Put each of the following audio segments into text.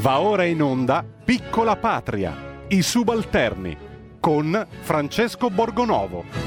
Va ora in onda Piccola Patria, i subalterni, con Francesco Borgonovo.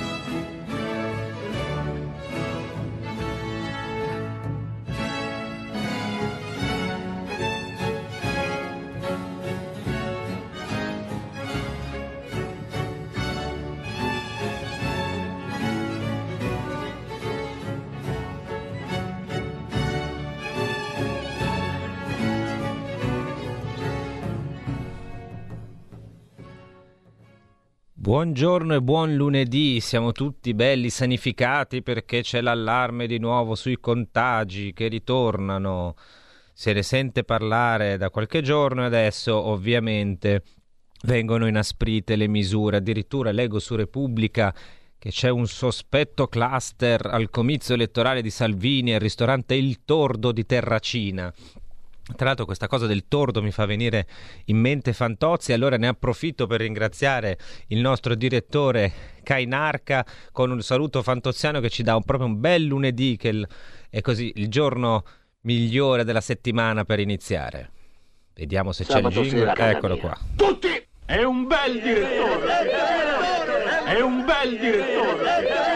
Buongiorno e buon lunedì, siamo tutti belli sanificati perché c'è l'allarme di nuovo sui contagi che ritornano. Se ne sente parlare da qualche giorno e adesso ovviamente vengono inasprite le misure. Addirittura leggo su Repubblica che c'è un sospetto cluster al comizio elettorale di Salvini al ristorante Il Tordo di Terracina. Tra l'altro questa cosa del tordo mi fa venire in mente Fantozzi, allora ne approfitto per ringraziare il nostro direttore Cainarca con un saluto fantoziano che ci dà proprio un bel lunedì, che è così il giorno migliore della settimana per iniziare. Vediamo se c'è il jingle, eccolo qua. Tutti! È un bel direttore! È un bel direttore!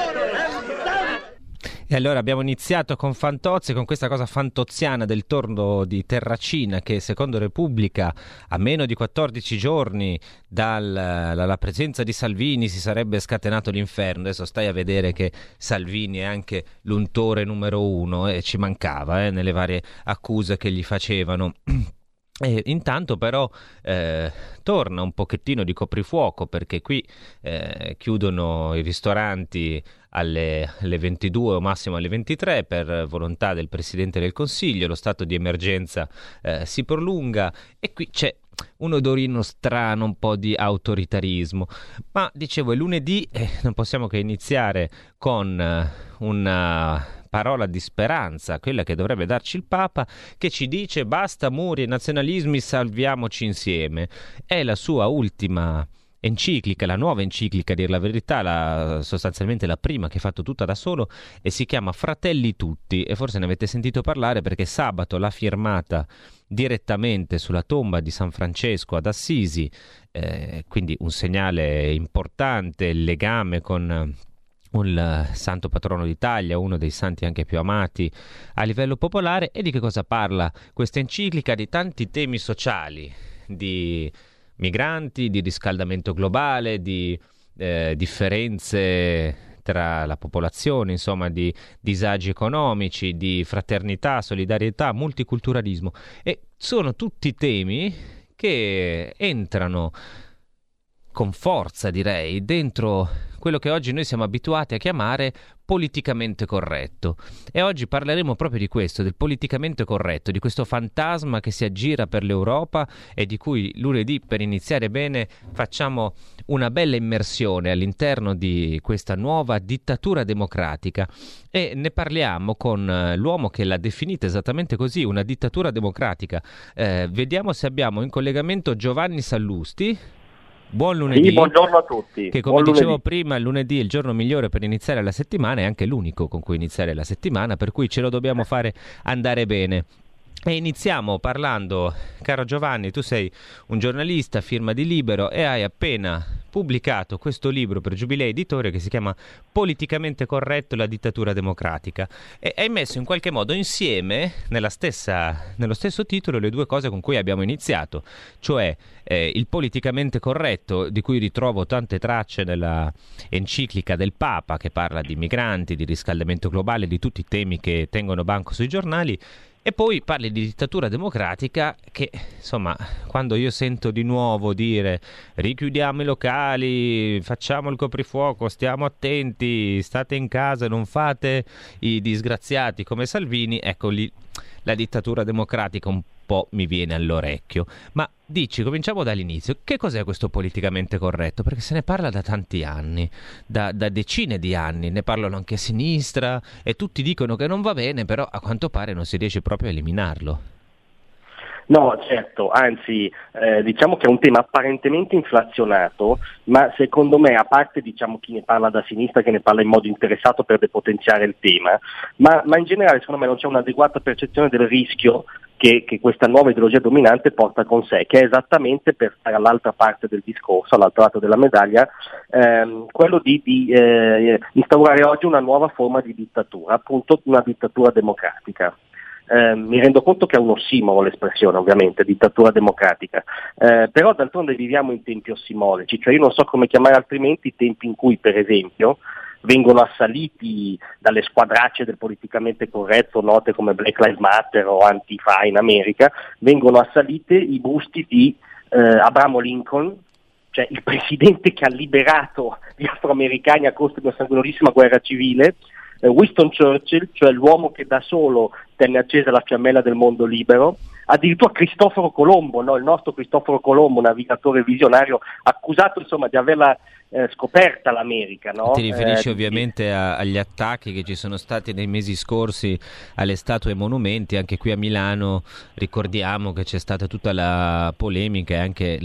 E allora abbiamo iniziato con Fantozzi, con questa cosa fantoziana del torno di Terracina che secondo Repubblica a meno di 14 giorni dalla presenza di Salvini si sarebbe scatenato l'inferno. Adesso stai a vedere che Salvini è anche l'untore numero uno e ci mancava nelle varie accuse che gli facevano. E intanto però torna un pochettino di coprifuoco perché qui chiudono i ristoranti alle 22 o massimo alle 23 per volontà del Presidente del Consiglio. Lo stato di emergenza si prolunga e qui c'è un odorino strano, un po' di autoritarismo. Ma dicevo, è lunedì e non possiamo che iniziare con una parola di speranza, quella che dovrebbe darci il Papa, che ci dice basta muri e nazionalismi, salviamoci insieme. È la sua ultima enciclica, la nuova enciclica, a dir la verità, sostanzialmente la prima che ha fatto tutta da solo, e si chiama Fratelli Tutti, e forse ne avete sentito parlare perché sabato l'ha firmata direttamente sulla tomba di San Francesco ad Assisi, quindi un segnale importante, il legame con il santo patrono d'Italia, uno dei santi anche più amati a livello popolare. E di che cosa parla questa enciclica? Di tanti temi sociali, di migranti, di riscaldamento globale, di differenze tra la popolazione, insomma di disagi economici, di fraternità, solidarietà, multiculturalismo. E sono tutti temi che entrano con forza, direi, dentro quello che oggi noi siamo abituati a chiamare politicamente corretto. E oggi parleremo proprio di questo, del politicamente corretto, di questo fantasma che si aggira per l'Europa e di cui lunedì, per iniziare bene, facciamo una bella immersione all'interno di questa nuova dittatura democratica. E ne parliamo con l'uomo che l'ha definita esattamente così, una dittatura democratica. Vediamo se abbiamo in collegamento Giovanni Sallusti. Buon lunedì. Sì, buongiorno a tutti. Che come dicevo prima, il lunedì è il giorno migliore per iniziare la settimana e anche l'unico con cui iniziare la settimana, per cui ce lo dobbiamo fare andare bene. E iniziamo parlando, caro Giovanni, tu sei un giornalista, firma di Libero, e hai appena pubblicato questo libro per Giubilei Editore che si chiama Politicamente corretto, la dittatura democratica, e hai messo in qualche modo insieme nello stesso titolo le due cose con cui abbiamo iniziato, cioè il politicamente corretto, di cui ritrovo tante tracce nella enciclica del Papa che parla di migranti, di riscaldamento globale, di tutti i temi che tengono banco sui giornali. E poi parli di dittatura democratica che, insomma, quando io sento di nuovo dire richiudiamo i locali, facciamo il coprifuoco, stiamo attenti, state in casa, non fate i disgraziati come Salvini, ecco lì la dittatura democratica un po' mi viene all'orecchio. Ma dici, cominciamo dall'inizio, che cos'è questo politicamente corretto? Perché se ne parla da tanti anni, da decine di anni, ne parlano anche a sinistra e tutti dicono che non va bene, però a quanto pare non si riesce proprio a eliminarlo. No, certo, anzi diciamo che è un tema apparentemente inflazionato, ma secondo me, a parte diciamo chi ne parla da sinistra, che ne parla in modo interessato per depotenziare il tema, ma in generale secondo me non c'è un'adeguata percezione del rischio che questa nuova ideologia dominante porta con sé, che è esattamente, per stare all'altra parte del discorso, all'altro lato della medaglia, quello di instaurare oggi una nuova forma di dittatura, appunto una dittatura democratica. Mi rendo conto che è un ossimoro l'espressione, ovviamente, dittatura democratica, però d'altronde viviamo in tempi ossimorici, cioè io non so come chiamare altrimenti i tempi in cui, per esempio, vengono assaliti dalle squadracce del politicamente corretto, note come Black Lives Matter o Antifa in America, vengono assalite i busti di Abramo Lincoln, cioè il presidente che ha liberato gli afroamericani a costo di una sanguinosissima guerra civile, Winston Churchill, cioè l'uomo che da solo tenne accesa la fiammella del mondo libero, addirittura Cristoforo Colombo, no? Il nostro Cristoforo Colombo, navigatore visionario, accusato insomma di averla scoperta l'America. No? Ti riferisci ovviamente agli attacchi che ci sono stati nei mesi scorsi alle statue e monumenti, anche qui a Milano ricordiamo che c'è stata tutta la polemica e anche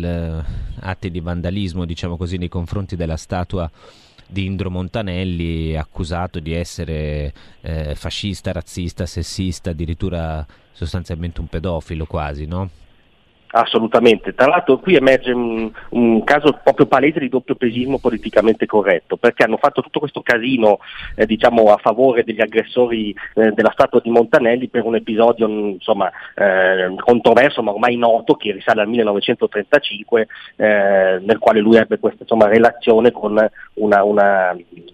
atti di vandalismo, diciamo così, nei confronti della statua di Indro Montanelli, accusato di essere fascista, razzista, sessista, addirittura sostanzialmente un pedofilo quasi, no? Assolutamente, tra l'altro qui emerge un caso proprio palese di doppiopesismo politicamente corretto, perché hanno fatto tutto questo casino diciamo a favore degli aggressori della statua di Montanelli per un episodio insomma controverso ma ormai noto, che risale al 1935, nel quale lui ebbe questa insomma relazione con una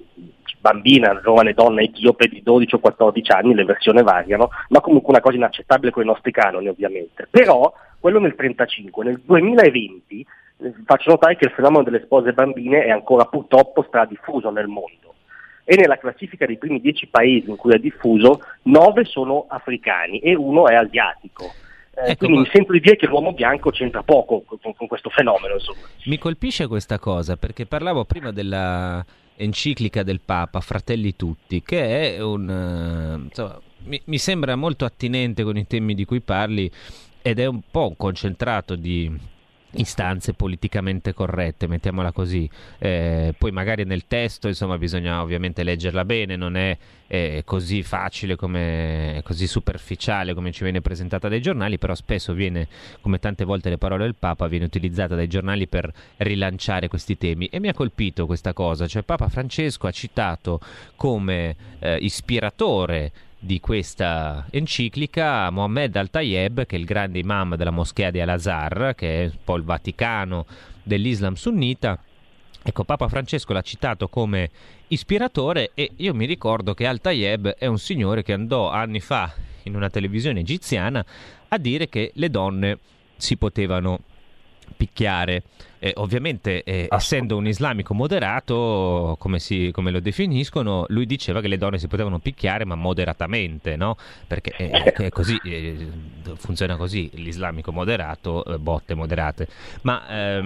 bambina, una giovane donna etiope di 12 o 14 anni, le versioni variano, ma comunque una cosa inaccettabile con i nostri canoni ovviamente. Però quello nel 1935, nel 2020 faccio notare che il fenomeno delle spose bambine è ancora purtroppo stradiffuso nel mondo, e nella classifica dei primi 10 paesi in cui è diffuso 9 sono africani e 1 è asiatico. Quindi mi sento di dire che l'uomo bianco c'entra poco con questo fenomeno, insomma. Mi colpisce questa cosa perché parlavo prima della enciclica del Papa, Fratelli Tutti, che è insomma, mi sembra molto attinente con i temi di cui parli, ed è un po' un concentrato di istanze politicamente corrette, mettiamola così. Poi magari nel testo insomma bisogna ovviamente leggerla bene, non è così facile, così superficiale come ci viene presentata dai giornali, però spesso viene, come tante volte le parole del Papa, viene utilizzata dai giornali per rilanciare questi temi, e mi ha colpito questa cosa, cioè Papa Francesco ha citato come ispiratore di questa enciclica Mohammed Al-Tayeb, che è il grande imam della moschea di Al-Azhar, che è un po' il Vaticano dell'Islam sunnita. Ecco, Papa Francesco l'ha citato come ispiratore, e io mi ricordo che Al-Tayeb è un signore che andò anni fa in una televisione egiziana a dire che le donne si potevano picchiare. Ovviamente essendo un islamico moderato, come lo definiscono, lui diceva che le donne si potevano picchiare ma moderatamente, no? Perché è così, funziona così l'islamico moderato, botte moderate. Ma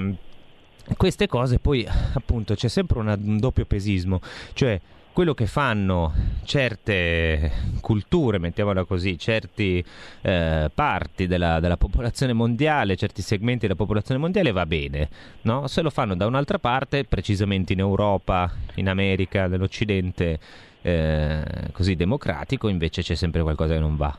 queste cose poi appunto c'è sempre un doppio pesismo, cioè quello che fanno certe culture, mettiamola così, certi parti della popolazione mondiale, certi segmenti della popolazione mondiale va bene, no? Se lo fanno da un'altra parte, precisamente in Europa, in America, nell'Occidente così democratico, invece c'è sempre qualcosa che non va.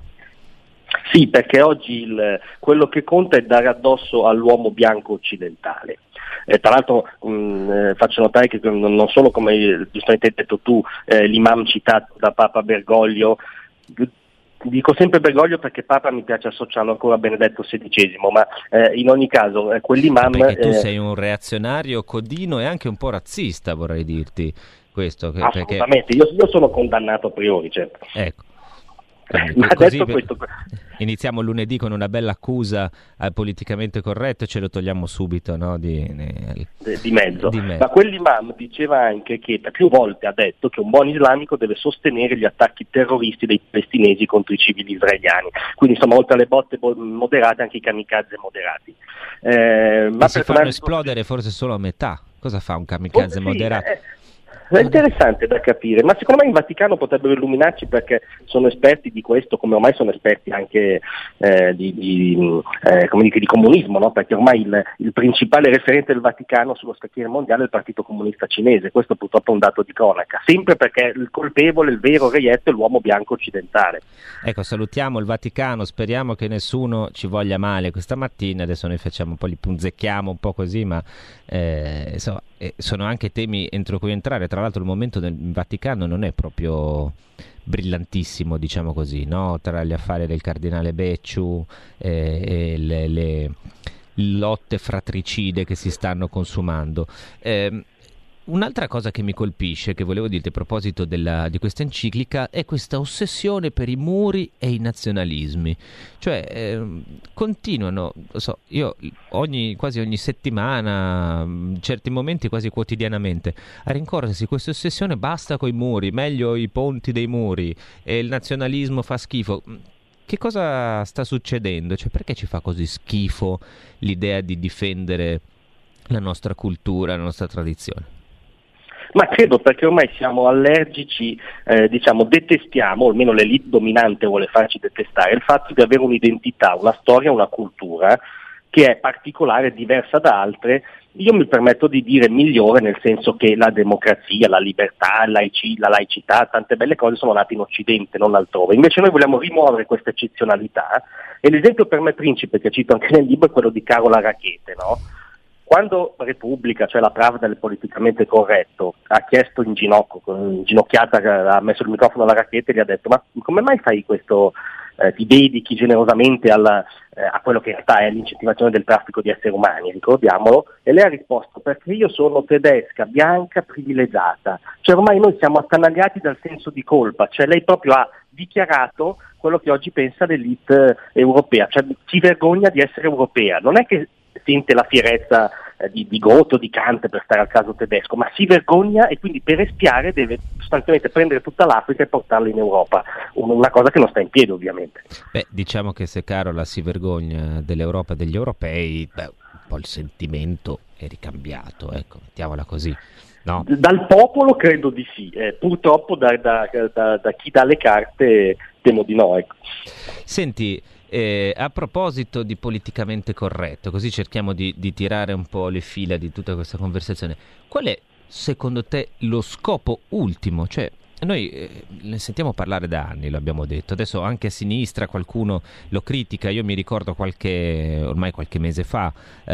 Sì, perché oggi quello che conta è dare addosso all'uomo bianco occidentale. Tra l'altro faccio notare che non solo, come giustamente hai detto tu, l'imam citato da Papa Bergoglio, dico sempre Bergoglio perché Papa mi piace associarlo ancora a Benedetto XVI, ma in ogni caso quell'imam... Perché tu sei un reazionario codino e anche un po' razzista, vorrei dirti questo. Assolutamente, io sono condannato a priori, certo. Ecco. Ma adesso questo... Iniziamo lunedì con una bella accusa al politicamente corretto e ce lo togliamo subito, no? di mezzo. Ma quell'imam diceva anche che più volte ha detto che un buon islamico deve sostenere gli attacchi terroristi dei palestinesi contro i civili israeliani, quindi insomma oltre alle botte moderate anche i kamikaze moderati. Ma si fanno esplodere forse solo a metà. Cosa fa un kamikaze moderato? È interessante da capire, ma secondo me in Vaticano potrebbero illuminarci, perché sono esperti di questo, come ormai sono esperti anche come dire, di comunismo, no? Perché ormai il principale referente del Vaticano sullo scacchiere mondiale è il Partito Comunista Cinese. Questo purtroppo è un dato di cronaca, sempre perché il colpevole, il vero reietto è l'uomo bianco occidentale. Ecco, salutiamo il Vaticano, speriamo che nessuno ci voglia male questa mattina. Adesso noi facciamo un po', li punzecchiamo un po' così, ma insomma, sono anche temi entro cui entrare. Tra l'altro il momento del Vaticano non è proprio brillantissimo, diciamo così, no? Tra gli affari del cardinale Becciu e le lotte fratricide che si stanno consumando. Un'altra cosa che mi colpisce, che volevo dirti a proposito di questa enciclica, è questa ossessione per i muri e i nazionalismi. Cioè, continuano, io quasi ogni settimana, in certi momenti quasi quotidianamente, a rincorrersi questa ossessione: basta coi muri, meglio i ponti dei muri, e il nazionalismo fa schifo. Che cosa sta succedendo? Cioè, perché ci fa così schifo l'idea di difendere la nostra cultura, la nostra tradizione? Ma credo perché ormai siamo allergici, detestiamo, o almeno l'elite dominante vuole farci detestare, il fatto di avere un'identità, una storia, una cultura che è particolare, diversa da altre. Io mi permetto di dire migliore, nel senso che la democrazia, la libertà, la laicità, tante belle cose sono nate in Occidente, non altrove. Invece noi vogliamo rimuovere questa eccezionalità, e l'esempio per me principe, che cito anche nel libro, è quello di Carola Rackete, no? Quando Repubblica, cioè la Pravda del politicamente corretto, ha chiesto inginocchiata, ha messo il microfono alla Rackete e gli ha detto: ma come mai fai questo, ti dedichi generosamente a quello che in realtà è l'incentivazione del traffico di esseri umani, ricordiamolo? E lei ha risposto: perché io sono tedesca, bianca, privilegiata. Cioè ormai noi siamo attanagliati dal senso di colpa, cioè lei proprio ha dichiarato quello che oggi pensa l'elite europea, cioè si vergogna di essere europea. Non è che sente la fierezza di Goethe o di Kant, per stare al caso tedesco, ma si vergogna, e quindi per espiare deve sostanzialmente prendere tutta l'Africa e portarla in Europa, una cosa che non sta in piedi, ovviamente. Beh, diciamo che se Carola si vergogna dell'Europa e degli europei, un po' il sentimento è ricambiato, ecco, mettiamola così. No? Dal popolo credo di sì, purtroppo da chi dà le carte temo di no, ecco. Senti, a proposito di politicamente corretto, così cerchiamo di tirare un po' le fila di tutta questa conversazione, qual è secondo te lo scopo ultimo? Cioè, noi ne sentiamo parlare da anni, l'abbiamo detto, adesso anche a sinistra qualcuno lo critica. Io mi ricordo ormai qualche mese fa,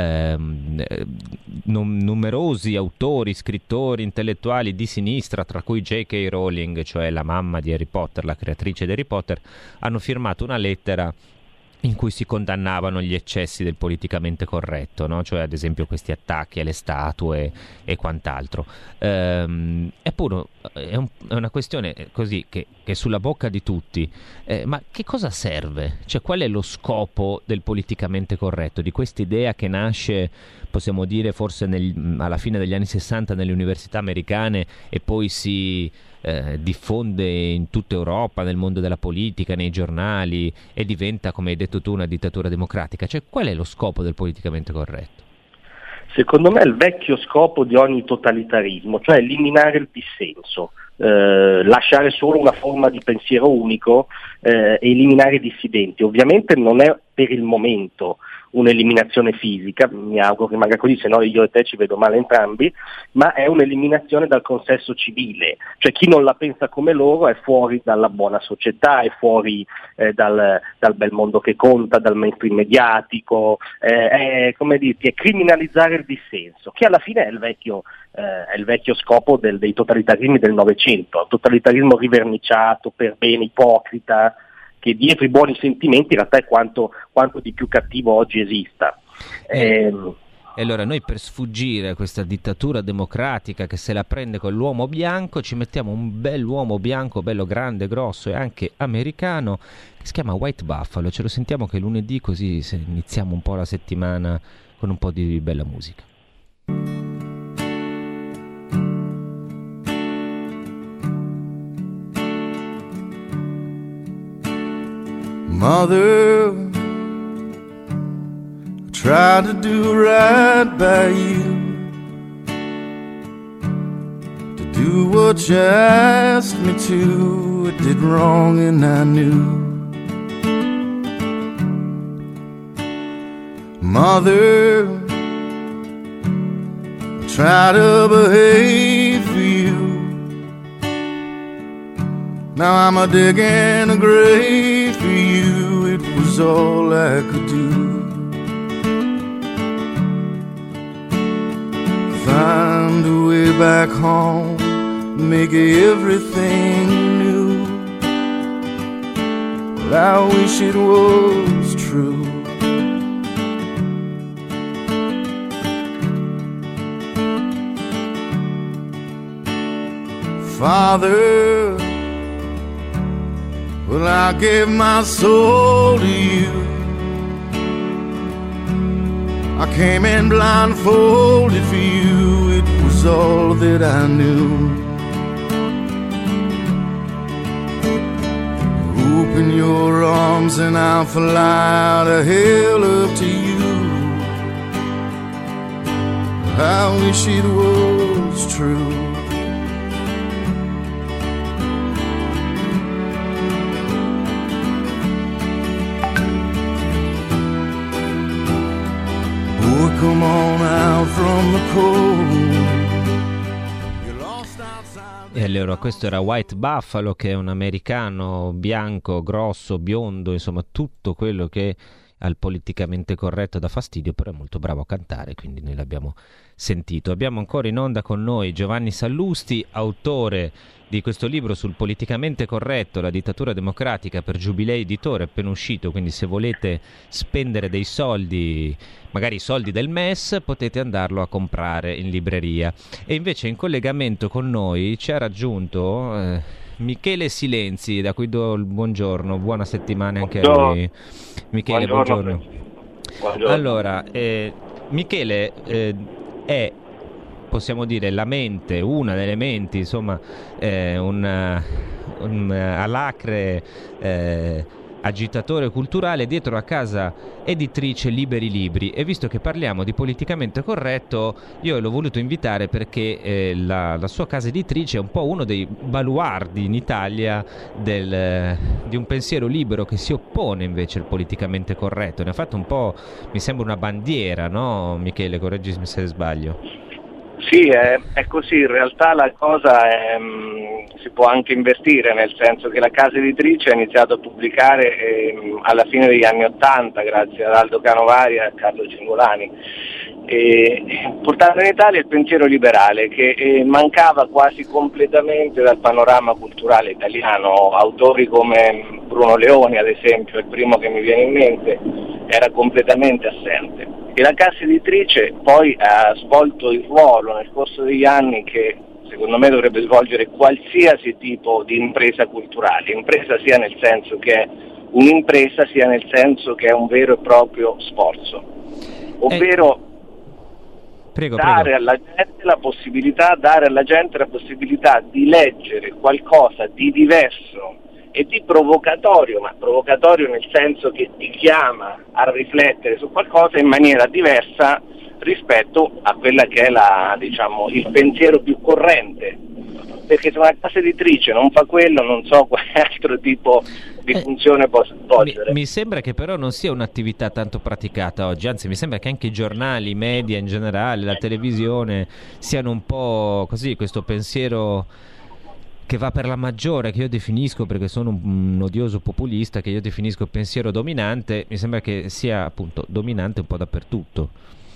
numerosi autori, scrittori, intellettuali di sinistra, tra cui J.K. Rowling, cioè la mamma di Harry Potter, la creatrice di Harry Potter, hanno firmato una lettera in cui si condannavano gli eccessi del politicamente corretto, no? Cioè ad esempio questi attacchi alle statue e quant'altro. Eppure è una questione così che è sulla bocca di tutti, ma che cosa serve? Cioè, qual è lo scopo del politicamente corretto, di questa idea che nasce, possiamo dire, forse alla fine degli anni 60 nelle università americane e poi si diffonde in tutta Europa, nel mondo della politica, nei giornali, e diventa, come hai detto tu, una dittatura democratica? Cioè, qual è lo scopo del politicamente corretto? Secondo me è il vecchio scopo di ogni totalitarismo, cioè eliminare il dissenso, lasciare solo una forma di pensiero unico, e eliminare i dissidenti. Ovviamente non è per il momento un'eliminazione fisica, mi auguro che rimanga così, se no io e te ci vedo male entrambi, ma è un'eliminazione dal consesso civile, cioè chi non la pensa come loro è fuori dalla buona società, è fuori dal bel mondo che conta, dal mainstream mediatico, è criminalizzare il dissenso, che alla fine è il vecchio scopo dei totalitarismi del Novecento, il totalitarismo riverniciato, per bene, ipocrita, che dietro i buoni sentimenti in realtà è quanto di più cattivo oggi esista. E allora noi, per sfuggire a questa dittatura democratica che se la prende con l'uomo bianco, ci mettiamo un bell'uomo bianco, bello grande, grosso e anche americano, che si chiama White Buffalo. Ce lo sentiamo che lunedì, così iniziamo un po' la settimana con un po' di bella musica. Mother, I try to do right by you, to do do what you asked me to. I did wrong and I knew. Mother, I try to behave for you. Now I'm a digging a grave for you. It was all I could do. Find a way back home, make everything new. But I wish it was true. Father, well, I gave my soul to you. I came in blindfolded for you. It was all that I knew. Open your arms and I'll fly out of hell up to you. I wish it was true. Come on out from the cold. E allora questo era White Buffalo, che è un americano bianco, grosso, biondo, insomma tutto quello che al politicamente corretto dà fastidio, però è molto bravo a cantare, quindi noi l'abbiamo sentito. Abbiamo ancora in onda con noi Giovanni Sallusti, autore di questo libro sul politicamente corretto, la dittatura democratica, per Giubilei Editore, appena uscito, quindi se volete spendere dei soldi, magari i soldi del MES, potete andarlo a comprare in libreria. E invece in collegamento con noi ci ha raggiunto Michele Silenzi, da cui do il buongiorno, buona settimana anche a lui. Michele, buongiorno. Allora, Michele è, possiamo dire, la mente, una delle menti, insomma, un alacre agitatore culturale dietro la casa editrice Liberi Libri, e visto che parliamo di politicamente corretto, io l'ho voluto invitare perché la sua casa editrice è un po' uno dei baluardi in Italia di un pensiero libero che si oppone invece al politicamente corretto. Ne ha fatto un po', mi sembra, una bandiera, no Michele? Correggimi se sbaglio. Sì, è così, in realtà la cosa si può anche invertire, nel senso che la casa editrice ha iniziato a pubblicare alla fine degli anni '80 grazie ad Aldo Canovari e a Carlo Cingolani, portando in Italia il pensiero liberale che mancava quasi completamente dal panorama culturale italiano. Autori come Bruno Leoni, ad esempio, il primo che mi viene in mente, era completamente assente. E la casa editrice poi ha svolto il ruolo nel corso degli anni che secondo me dovrebbe svolgere qualsiasi tipo di impresa culturale, impresa sia nel senso che è un'impresa, sia nel senso che è un vero e proprio sforzo, ovvero dare alla gente la possibilità di leggere qualcosa di diverso e di provocatorio, ma provocatorio nel senso che ti chiama a riflettere su qualcosa in maniera diversa rispetto a quella che è il pensiero più corrente. Perché se una casa editrice non fa quello, non so quale altro tipo di funzione possa svolgere. Mi sembra che però non sia un'attività tanto praticata oggi, anzi mi sembra che anche i giornali, i media in generale, la televisione siano un po' così, questo pensiero che va per la maggiore, che io definisco, perché sono un odioso populista, che io definisco pensiero dominante, mi sembra che sia appunto dominante un po' dappertutto.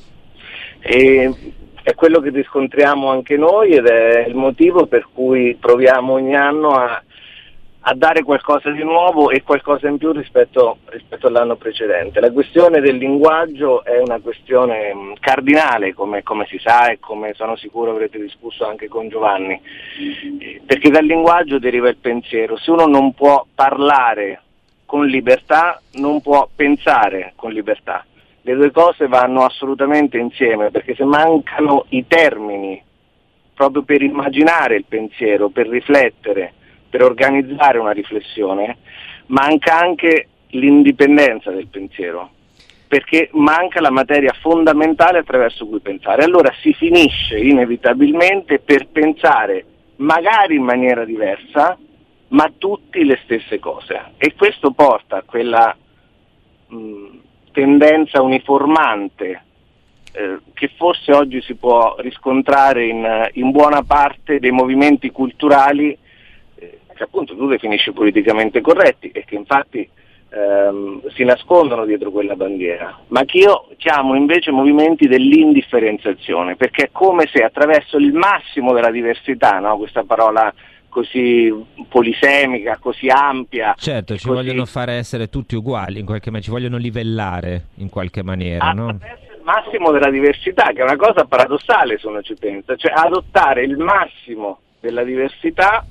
È quello che riscontriamo anche noi ed è il motivo per cui proviamo ogni anno a dare qualcosa di nuovo e qualcosa in più rispetto all'anno precedente. La questione del linguaggio è una questione cardinale, come si sa e come sono sicuro avrete discusso anche con Giovanni, perché dal linguaggio deriva il pensiero. Se uno non può parlare con libertà, non può pensare con libertà. Le due cose vanno assolutamente insieme, perché se mancano i termini proprio per immaginare il pensiero, per riflettere, per organizzare una riflessione, manca anche l'indipendenza del pensiero, perché manca la materia fondamentale attraverso cui pensare. Allora si finisce inevitabilmente per pensare magari in maniera diversa, ma tutti le stesse cose. E questo porta a quella tendenza uniformante che forse oggi si può riscontrare in buona parte dei movimenti culturali che appunto tu definisci politicamente corretti e che infatti si nascondono dietro quella bandiera, ma che io chiamo invece movimenti dell'indifferenziazione, perché è come se attraverso il massimo della diversità, no? Questa parola così polisemica, così ampia. Certo, ci vogliono fare essere tutti uguali, in qualche maniera, ci vogliono livellare in qualche maniera, no? Attraverso il massimo della diversità, che è una cosa paradossale se uno ci pensa, cioè adottare il massimo della diversità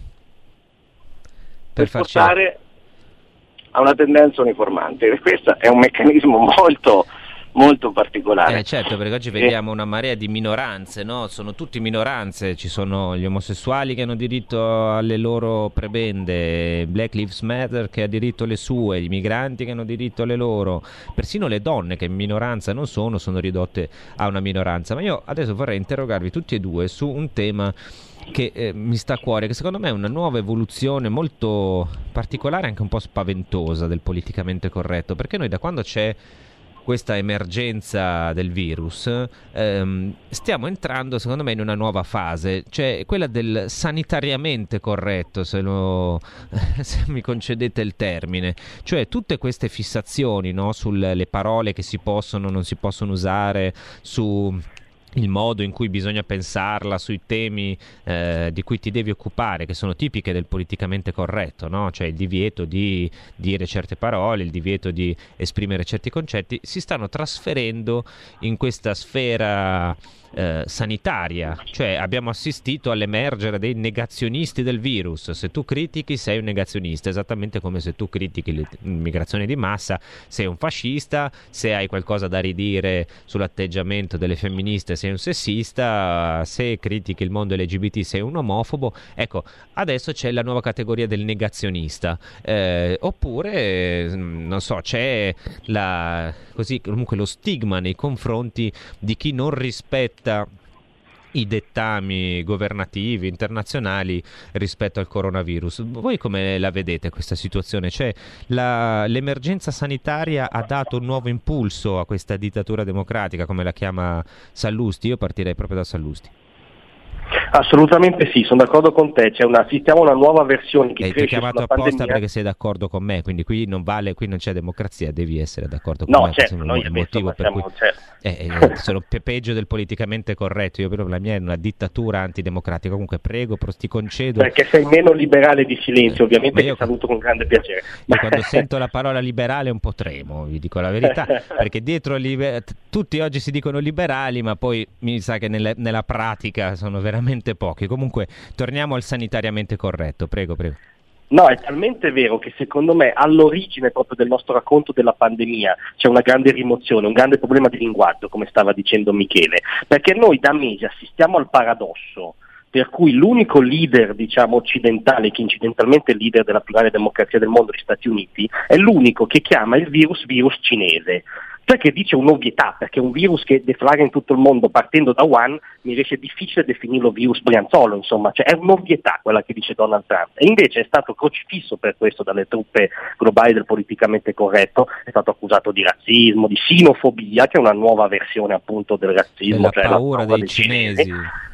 per portare a una tendenza uniformante, e questo è un meccanismo molto molto particolare. Certo, perché oggi vediamo una marea di minoranze, no? Sono tutti minoranze, ci sono gli omosessuali che hanno diritto alle loro prebende, Black Lives Matter che ha diritto alle sue, gli migranti che hanno diritto alle loro, persino le donne che in minoranza non sono ridotte a una minoranza. Ma io adesso vorrei interrogarvi tutti e due su un tema che mi sta a cuore, che secondo me è una nuova evoluzione molto particolare, anche un po' spaventosa del politicamente corretto, perché noi da quando c'è questa emergenza del virus stiamo entrando secondo me in una nuova fase, cioè quella del sanitariamente corretto, se mi concedete il termine, cioè tutte queste fissazioni, no, sulle parole che si possono o non si possono usare, su il modo in cui bisogna pensarla, sui temi di cui ti devi occupare, che sono tipiche del politicamente corretto, no? Cioè il divieto di dire certe parole, il divieto di esprimere certi concetti, si stanno trasferendo in questa sfera sanitaria, cioè abbiamo assistito all'emergere dei negazionisti del virus. Se tu critichi sei un negazionista, esattamente come se tu critichi l'immigrazione di massa sei un fascista, se hai qualcosa da ridire sull'atteggiamento delle femministe sei un sessista, se critichi il mondo LGBT sei un omofobo. Ecco, adesso c'è la nuova categoria del negazionista, oppure non so, c'è così comunque lo stigma nei confronti di chi non rispetta i dettami governativi internazionali rispetto al coronavirus. Voi come la vedete questa situazione? Cioè l'emergenza sanitaria ha dato un nuovo impulso a questa dittatura democratica, come la chiama Sallusti? Io partirei proprio da Sallusti. Assolutamente sì, sono d'accordo con te, assistiamo a una nuova versione che cresce sulla pandemia. Ti ho chiamato apposta perché sei d'accordo con me, quindi qui non c'è democrazia, devi essere d'accordo con me. No, certo, noi il motivo per cui sono peggio del politicamente corretto, io però la mia è una dittatura antidemocratica. Comunque prego, ti concedo. Perché sei meno liberale di silenzio, ovviamente ti saluto con grande piacere. Io quando sento la parola liberale un po' tremo, vi dico la verità, perché dietro tutti oggi si dicono liberali, ma poi mi sa che nella pratica sono veramente pochi. Comunque torniamo al sanitariamente corretto, prego. No, è talmente vero che secondo me all'origine proprio del nostro racconto della pandemia c'è una grande rimozione, un grande problema di linguaggio, come stava dicendo Michele, perché noi da mesi assistiamo al paradosso per cui l'unico leader, occidentale, che incidentalmente è il leader della più grande democrazia del mondo, gli Stati Uniti, è l'unico che chiama il virus cinese. Cioè che dice un'ovvietà, perché un virus che deflagra in tutto il mondo partendo da Wuhan mi riesce difficile definirlo virus brianzolo, insomma, cioè è un'ovvietà quella che dice Donald Trump, e invece è stato crocifisso per questo dalle truppe globali del politicamente corretto, è stato accusato di razzismo, di sinofobia, che è una nuova versione appunto del razzismo, cioè la paura dei cinesi.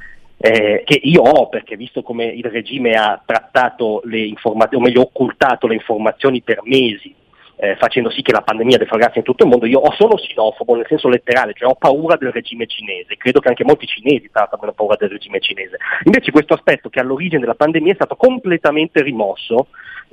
Che io ho, perché visto come il regime ha trattato le informazioni, o meglio occultato le informazioni per mesi, facendo sì che la pandemia deflagrasse in tutto il mondo, io sono sinofobo nel senso letterale, cioè ho paura del regime cinese, credo che anche molti cinesi abbiano paura del regime cinese. Invece questo aspetto che all'origine della pandemia è stato completamente rimosso,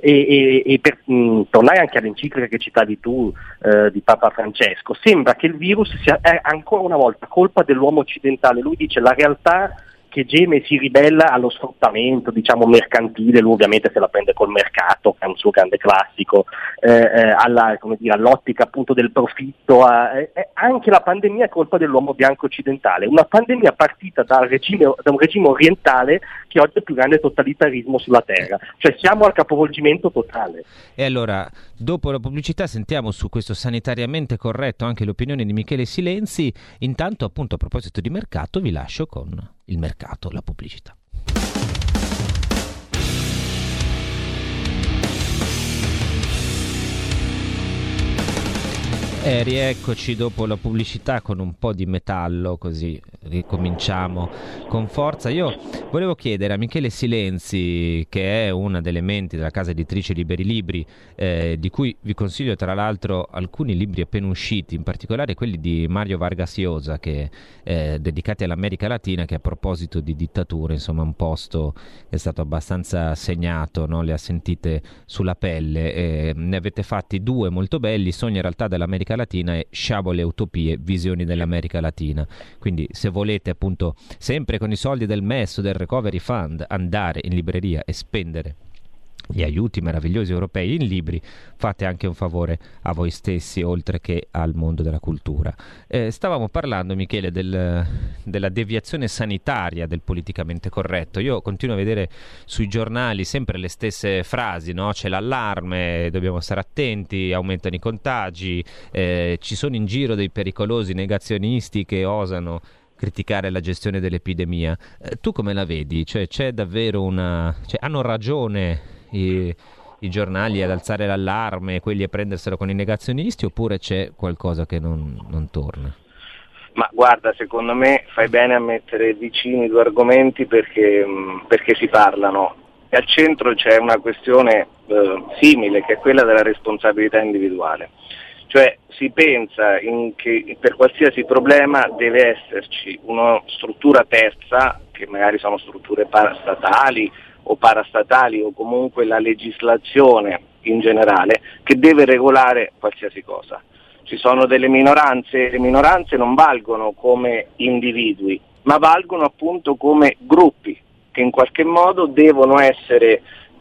e per tornare anche all'enciclica che citavi tu di Papa Francesco, sembra che il virus sia ancora una volta colpa dell'uomo occidentale. Lui dice la realtà che geme e si ribella allo sfruttamento, mercantile, lui ovviamente se la prende col mercato, che è un suo grande classico, all'ottica appunto del profitto, anche la pandemia è colpa dell'uomo bianco occidentale, una pandemia partita da un regime orientale che oggi è il più grande totalitarismo sulla terra, cioè siamo al capovolgimento totale. E allora, dopo la pubblicità sentiamo su questo sanitariamente corretto anche le opinioni di Michele Silenzi. Intanto appunto a proposito di mercato vi lascio con il mercato, la pubblicità. Rieccoci dopo la pubblicità con un po' di metallo, così ricominciamo con forza. Io volevo chiedere a Michele Silenzi, che è una delle menti della casa editrice Liberi Libri, di cui vi consiglio tra l'altro alcuni libri appena usciti, in particolare quelli di Mario Vargas Llosa, che dedicati all'America Latina, che a proposito di dittature, insomma, un posto che è stato abbastanza segnato, no? Le ha sentite sulla pelle. Ne avete fatti 2 molto belli: Sogni in realtà dell'America Latina e Sciabole Utopie, visioni dell'America Latina. Quindi se volete, appunto, sempre con i soldi del MES o del Recovery Fund, andare in libreria e spendere gli aiuti meravigliosi europei in libri, fate anche un favore a voi stessi, oltre che al mondo della cultura. Stavamo parlando, Michele, della deviazione sanitaria del politicamente corretto. Io continuo a vedere sui giornali sempre le stesse frasi, no? C'è l'allarme, dobbiamo stare attenti, aumentano i contagi, ci sono in giro dei pericolosi negazionisti che osano criticare la gestione dell'epidemia. Tu come la vedi? Cioè, c'è davvero hanno ragione i giornali ad alzare l'allarme, quelli a prenderselo con i negazionisti, oppure c'è qualcosa che non torna? Ma guarda, secondo me fai bene a mettere vicini 2 argomenti perché si parlano. E al centro c'è una questione simile, che è quella della responsabilità individuale. Cioè si pensa che per qualsiasi problema deve esserci una struttura terza, che magari sono strutture parastatali o parastatali, o comunque la legislazione in generale, che deve regolare qualsiasi cosa. Ci sono delle minoranze, le minoranze non valgono come individui, ma valgono appunto come gruppi, che in qualche modo devono essere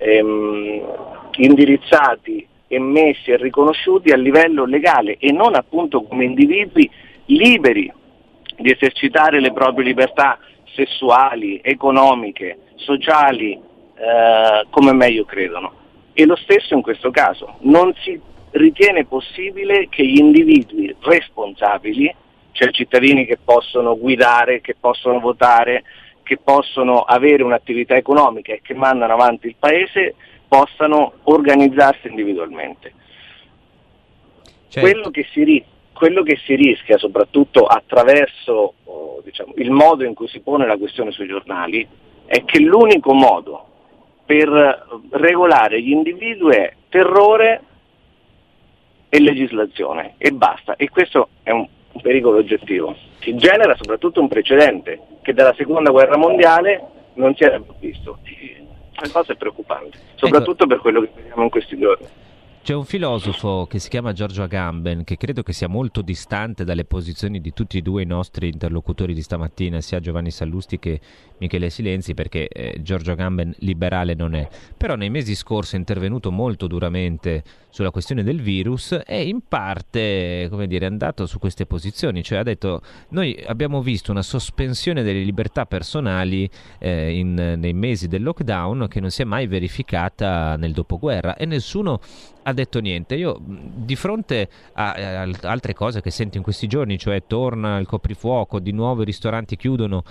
indirizzati e messi e riconosciuti a livello legale, e non appunto come individui liberi di esercitare le proprie libertà sessuali, economiche, sociali, come meglio credono. E lo stesso in questo caso. Non si ritiene possibile che gli individui responsabili, cioè cittadini che possono guidare, che possono votare, che possono avere un'attività economica e che mandano avanti il paese, possano organizzarsi individualmente. Certo. Quello che si rischia, soprattutto attraverso il modo in cui si pone la questione sui giornali, è che l'unico modo per regolare gli individui è terrore e legislazione, e basta. E questo è un pericolo oggettivo. Si genera soprattutto un precedente che dalla seconda guerra mondiale non si era visto. La cosa è preoccupante, soprattutto per quello che vediamo in questi giorni. C'è un filosofo che si chiama Giorgio Agamben, che credo che sia molto distante dalle posizioni di tutti e 2 i nostri interlocutori di stamattina, sia Giovanni Sallusti che Michele Silenzi, perché Giorgio Agamben liberale non è. Però nei mesi scorsi è intervenuto molto duramente sulla questione del virus e in parte, come dire, è andato su queste posizioni, cioè ha detto: noi abbiamo visto una sospensione delle libertà personali nei mesi del lockdown che non si è mai verificata nel dopoguerra, e nessuno ha detto niente. Io di fronte a altre cose che sento in questi giorni, cioè torna il coprifuoco, di nuovo i ristoranti chiudono,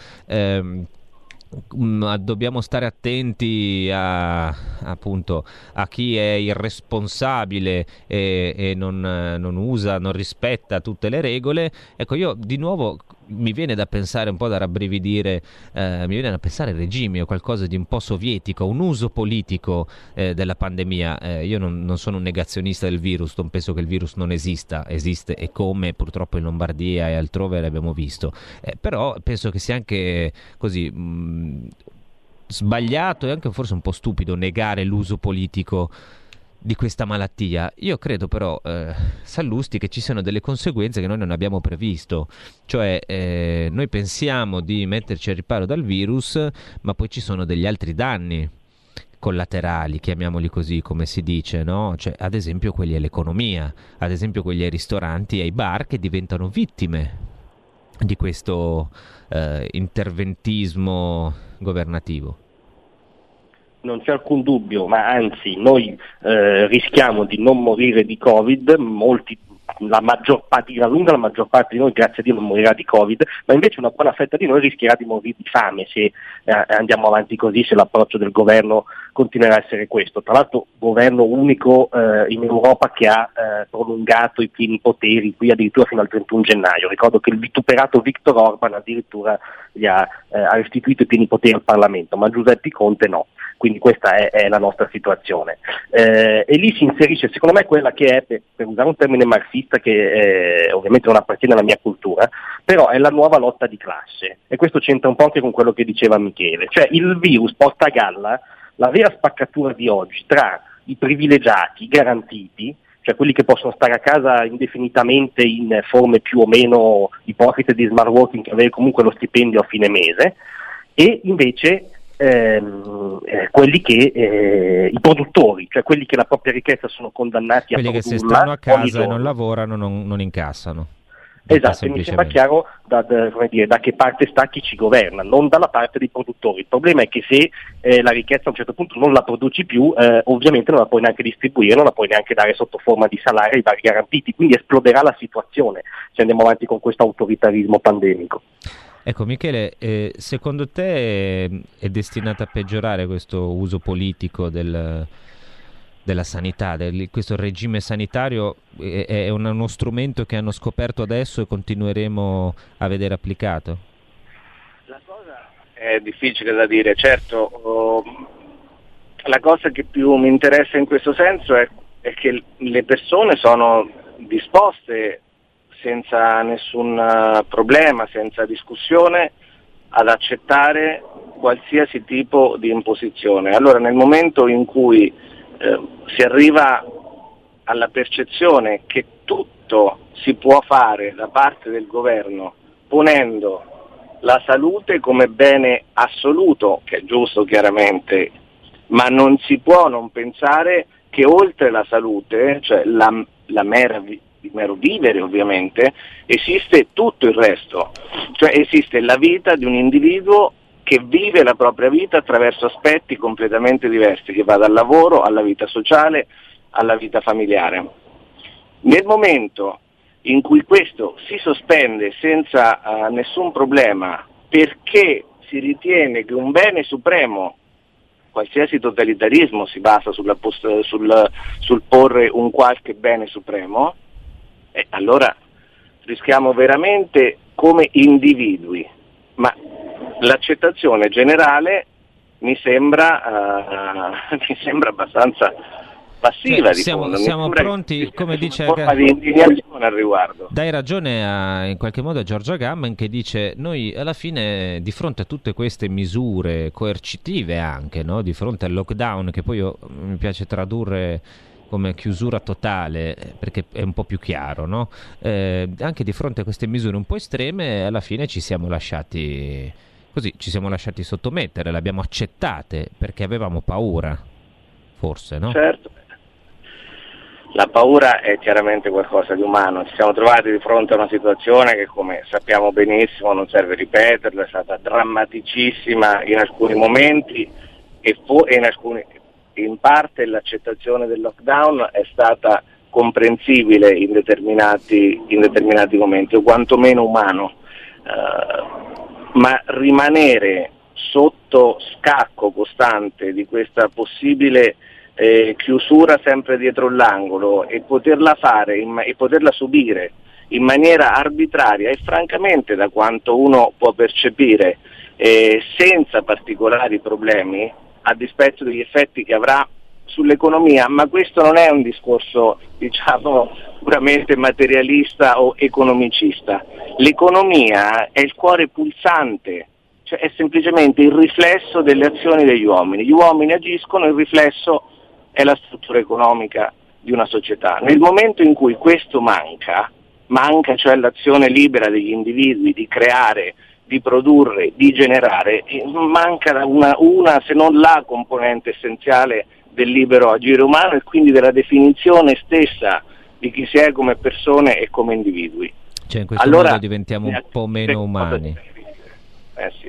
dobbiamo stare attenti appunto a chi è irresponsabile e non rispetta tutte le regole. Ecco, io di nuovo mi viene da pensare un po', da rabbrividire, mi viene da pensare regimi o qualcosa di un po' sovietico, un uso politico della pandemia. Io non sono un negazionista del virus, non penso che il virus non esista, esiste, e come purtroppo in Lombardia e altrove l'abbiamo visto, però penso che sia anche così sbagliato e anche forse un po' stupido negare l'uso politico di questa malattia. Io credo però, Sallusti, che ci siano delle conseguenze che noi non abbiamo previsto, cioè noi pensiamo di metterci al riparo dal virus, ma poi ci sono degli altri danni collaterali, chiamiamoli così, come si dice, no? Cioè, ad esempio quelli all'economia, ad esempio quelli ai ristoranti e ai bar, che diventano vittime di questo interventismo governativo. Non c'è alcun dubbio, ma anzi noi rischiamo di non morire di Covid, molti la maggior parte di noi, grazie a Dio, non morirà di Covid, ma invece una buona fetta di noi rischierà di morire di fame se andiamo avanti così, se l'approccio del governo continuerà a essere questo. Tra l'altro governo unico in Europa che ha prolungato i pieni poteri qui addirittura fino al 31 gennaio. Ricordo che il vituperato Viktor Orban addirittura gli ha restituito i pieni poteri al Parlamento, ma Giuseppe Conte no. Quindi questa è la nostra situazione. E lì si inserisce, secondo me, quella che è, per usare un termine marxista che ovviamente non appartiene alla mia cultura, però è la nuova lotta di classe. E questo c'entra un po' anche con quello che diceva Michele. Cioè il virus porta a galla la vera spaccatura di oggi tra i privilegiati, i garantiti, cioè quelli che possono stare a casa indefinitamente in forme più o meno ipocrite di smart working, che avere comunque lo stipendio a fine mese, e invece quelli che i produttori, cioè quelli che la propria ricchezza sono condannati quelli a che produrla, se stanno a casa e giorno. non lavorano non incassano. Esatto, e mi sembra chiaro da che parte sta chi ci governa, non dalla parte dei produttori. Il problema è che se la ricchezza a un certo punto non la produci più, ovviamente non la puoi neanche distribuire, non la puoi neanche dare sotto forma di salario ai vari garantiti, quindi esploderà la situazione se andiamo avanti con questo autoritarismo pandemico. Ecco Michele, secondo te è destinato a peggiorare questo uso politico della sanità, questo regime sanitario è uno strumento che hanno scoperto adesso e continueremo a vedere applicato? La cosa è difficile da dire, certo. La cosa che più mi interessa in questo senso è che le persone sono disposte senza nessun problema, senza discussione, ad accettare qualsiasi tipo di imposizione. Allora nel momento in cui si arriva alla percezione che tutto si può fare da parte del governo ponendo la salute come bene assoluto, che è giusto chiaramente, ma non si può non pensare che oltre la salute, cioè il mero vivere ovviamente, esiste tutto il resto, cioè esiste la vita di un individuo che vive la propria vita attraverso aspetti completamente diversi, che va dal lavoro alla vita sociale alla vita familiare. Nel momento in cui questo si sospende senza nessun problema perché si ritiene che un bene supremo, qualsiasi totalitarismo si basa sul porre un qualche bene supremo, allora rischiamo veramente come individui, ma l'accettazione generale mi sembra abbastanza passiva, siamo pronti, come dice, forma di indignazione al riguardo. Dai ragione in qualche modo a Giorgio Agamben, che dice: noi alla fine, di fronte a tutte queste misure coercitive anche, no? Di fronte al lockdown, che poi mi piace tradurre come chiusura totale perché è un po' più chiaro, no? Anche di fronte a queste misure un po' estreme, alla fine ci siamo lasciati sottomettere, le abbiamo accettate perché avevamo paura, forse, no? Certo. La paura è chiaramente qualcosa di umano. Ci siamo trovati di fronte a una situazione che, come sappiamo benissimo, non serve ripeterlo, è stata drammaticissima in alcuni momenti e in parte l'accettazione del lockdown è stata comprensibile in determinati momenti, o quantomeno umano, ma rimanere sotto scacco costante di questa possibile chiusura sempre dietro l'angolo e poterla fare e poterla subire in maniera arbitraria e francamente, da quanto uno può percepire, senza particolari problemi, a dispetto degli effetti che avrà sull'economia, ma questo non è un discorso, diciamo, puramente materialista o economicista. L'economia è il cuore pulsante, cioè è semplicemente il riflesso delle azioni degli uomini. Gli uomini agiscono, il riflesso è la struttura economica di una società. Nel momento in cui questo manca cioè l'azione libera degli individui di creare, di produrre, di generare, manca una se non la componente essenziale del libero agire umano e quindi della definizione stessa di chi si è come persone e come individui. Cioè in questo modo diventiamo un po' meno umani. Sì.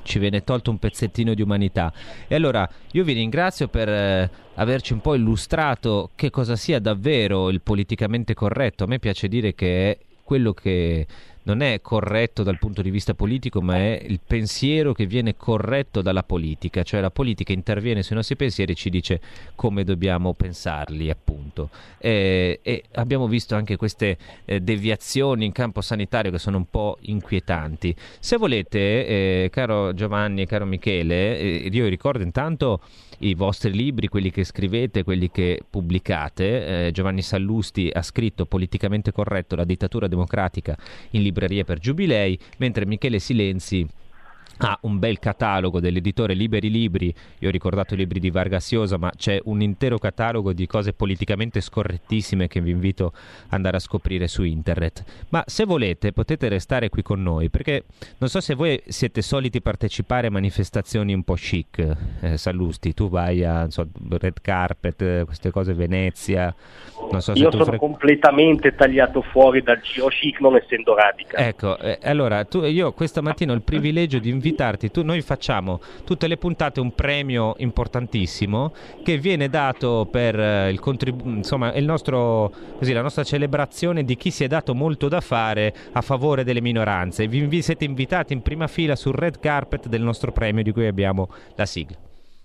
ci viene tolto un pezzettino di umanità. E allora io vi ringrazio per averci un po' illustrato che cosa sia davvero il politicamente corretto. A me piace dire che è quello che non è corretto dal punto di vista politico, ma è il pensiero che viene corretto dalla politica, cioè la politica interviene sui nostri pensieri e ci dice come dobbiamo pensarli, appunto. E abbiamo visto anche queste deviazioni in campo sanitario che sono un po' inquietanti. Se volete, caro Giovanni e caro Michele, io ricordo intanto i vostri libri, quelli che scrivete, quelli che pubblicate. Giovanni Sallusti ha scritto Politicamente corretto, la dittatura democratica, in librerie per Giubilei, mentre Michele Silenzi ha un bel catalogo dell'editore Liberi Libri. Io ho ricordato i libri di Vargas Llosa, ma c'è un intero catalogo di cose politicamente scorrettissime che vi invito ad andare a scoprire su internet. Ma se volete potete restare qui con noi, perché non so se voi siete soliti partecipare a manifestazioni un po' chic. Sallusti, tu vai a red carpet, queste cose, Venezia, non so se io tu sono completamente tagliato fuori dal giro chic, non essendo radical. Ecco, allora io questa mattina ho il privilegio di invitarti. Noi facciamo tutte le puntate un premio importantissimo che viene dato per il insomma il nostro, così, la nostra celebrazione di chi si è dato molto da fare a favore delle minoranze. Vi siete invitati in prima fila sul red carpet del nostro premio, di cui abbiamo la sigla.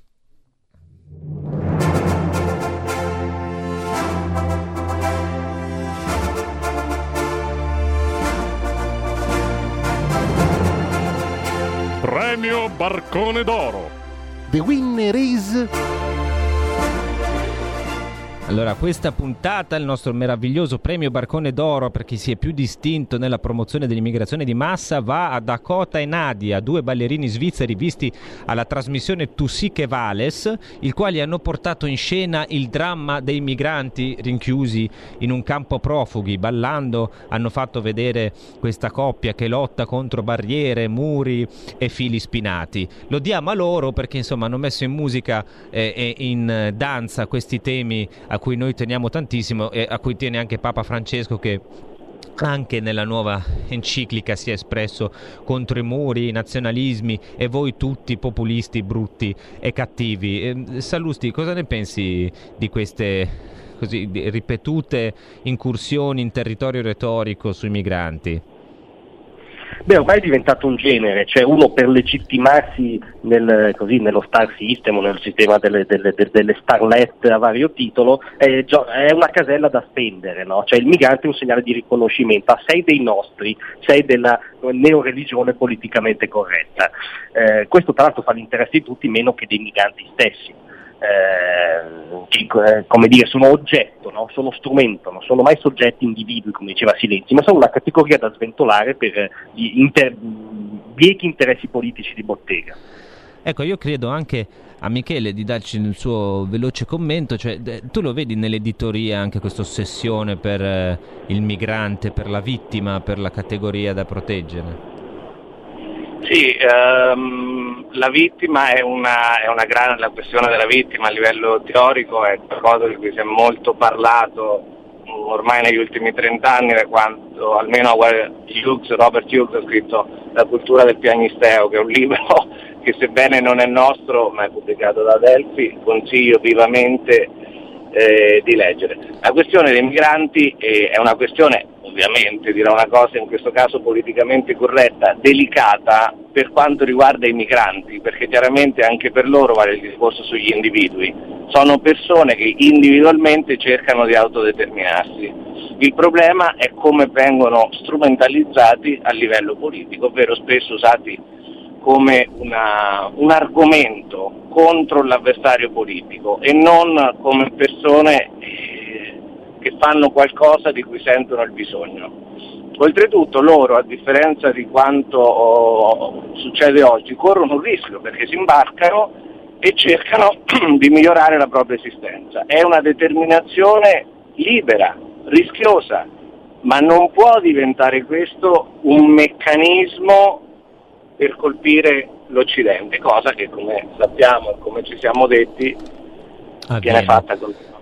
Premio Barcone d'Oro. The winner is... Allora, questa puntata, il nostro meraviglioso premio Barcone d'Oro per chi si è più distinto nella promozione dell'immigrazione di massa, va a Dakota e Nadia, 2 ballerini svizzeri visti alla trasmissione Tu sì che vales, i quali hanno portato in scena il dramma dei migranti rinchiusi in un campo profughi. Ballando hanno fatto vedere questa coppia che lotta contro barriere, muri e fili spinati. Lo diamo a loro perché insomma hanno messo in musica e in danza questi temi a cui noi teniamo tantissimo e a cui tiene anche Papa Francesco, che anche nella nuova enciclica si è espresso contro i muri, i nazionalismi e voi tutti populisti brutti e cattivi. Sallusti, cosa ne pensi di queste così ripetute incursioni in territorio retorico sui migranti? Beh, ormai è diventato un genere, cioè uno per legittimarsi nello star system o nel sistema delle starlet a vario titolo è una casella da spendere, no? Cioè il migrante è un segnale di riconoscimento, sei dei nostri, sei della neoreligione politicamente corretta. Questo tra l'altro fa l'interesse di tutti meno che dei migranti stessi. Che come dire sono oggetto, no? Sono strumento, non sono mai soggetti individui come diceva Silenzi, ma sono una categoria da sventolare per gli biechi interessi politici di bottega. Ecco, io credo anche a Michele di darci il suo veloce commento, cioè tu lo vedi nell'editoria anche questa ossessione per il migrante, per la vittima, per la categoria da proteggere? Sì, la vittima è una grande, la questione della vittima a livello teorico è qualcosa di cui si è molto parlato ormai negli ultimi 30 anni, da quando almeno Robert Hughes ha scritto La cultura del piagnisteo, che è un libro che sebbene non è nostro ma è pubblicato da Adelphi, consiglio vivamente di leggere. La questione dei migranti è una questione, ovviamente dirò una cosa in questo caso politicamente corretta, delicata per quanto riguarda i migranti, perché chiaramente anche per loro vale il discorso sugli individui, sono persone che individualmente cercano di autodeterminarsi. Il problema è come vengono strumentalizzati a livello politico, ovvero spesso usati come un argomento contro l'avversario politico e non come persone che fanno qualcosa di cui sentono il bisogno. Oltretutto loro, a differenza di quanto succede oggi, corrono un rischio perché si imbarcano e cercano di migliorare la propria esistenza. È una determinazione libera, rischiosa, ma non può diventare questo un meccanismo per colpire l'Occidente, cosa che come sappiamo e come ci siamo detti viene fatta continuamente.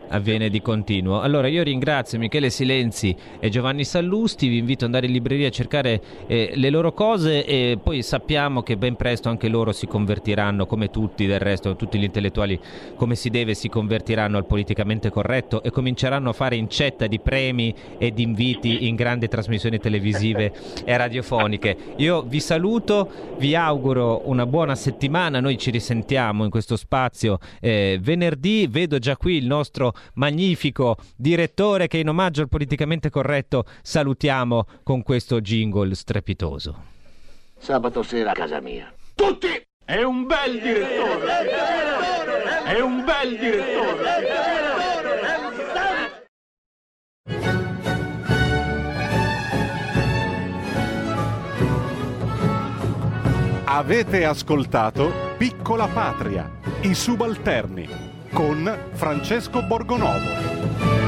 avviene di continuo. Allora io ringrazio Michele Silenzi e Giovanni Sallusti, vi invito ad andare in libreria a cercare le loro cose e poi sappiamo che ben presto anche loro si convertiranno, come tutti del resto, tutti gli intellettuali come si deve si convertiranno al politicamente corretto e cominceranno a fare incetta di premi e di inviti in grandi trasmissioni televisive e radiofoniche. Io vi saluto, vi auguro una buona settimana, noi ci risentiamo in questo spazio venerdì, vedo già qui il nostro magnifico direttore che in omaggio al politicamente corretto salutiamo con questo jingle strepitoso. Sabato sera a casa mia. Tutti! È un bel direttore! È un bel direttore! Avete ascoltato Piccola Patria, i subalterni, con Francesco Borgonovo.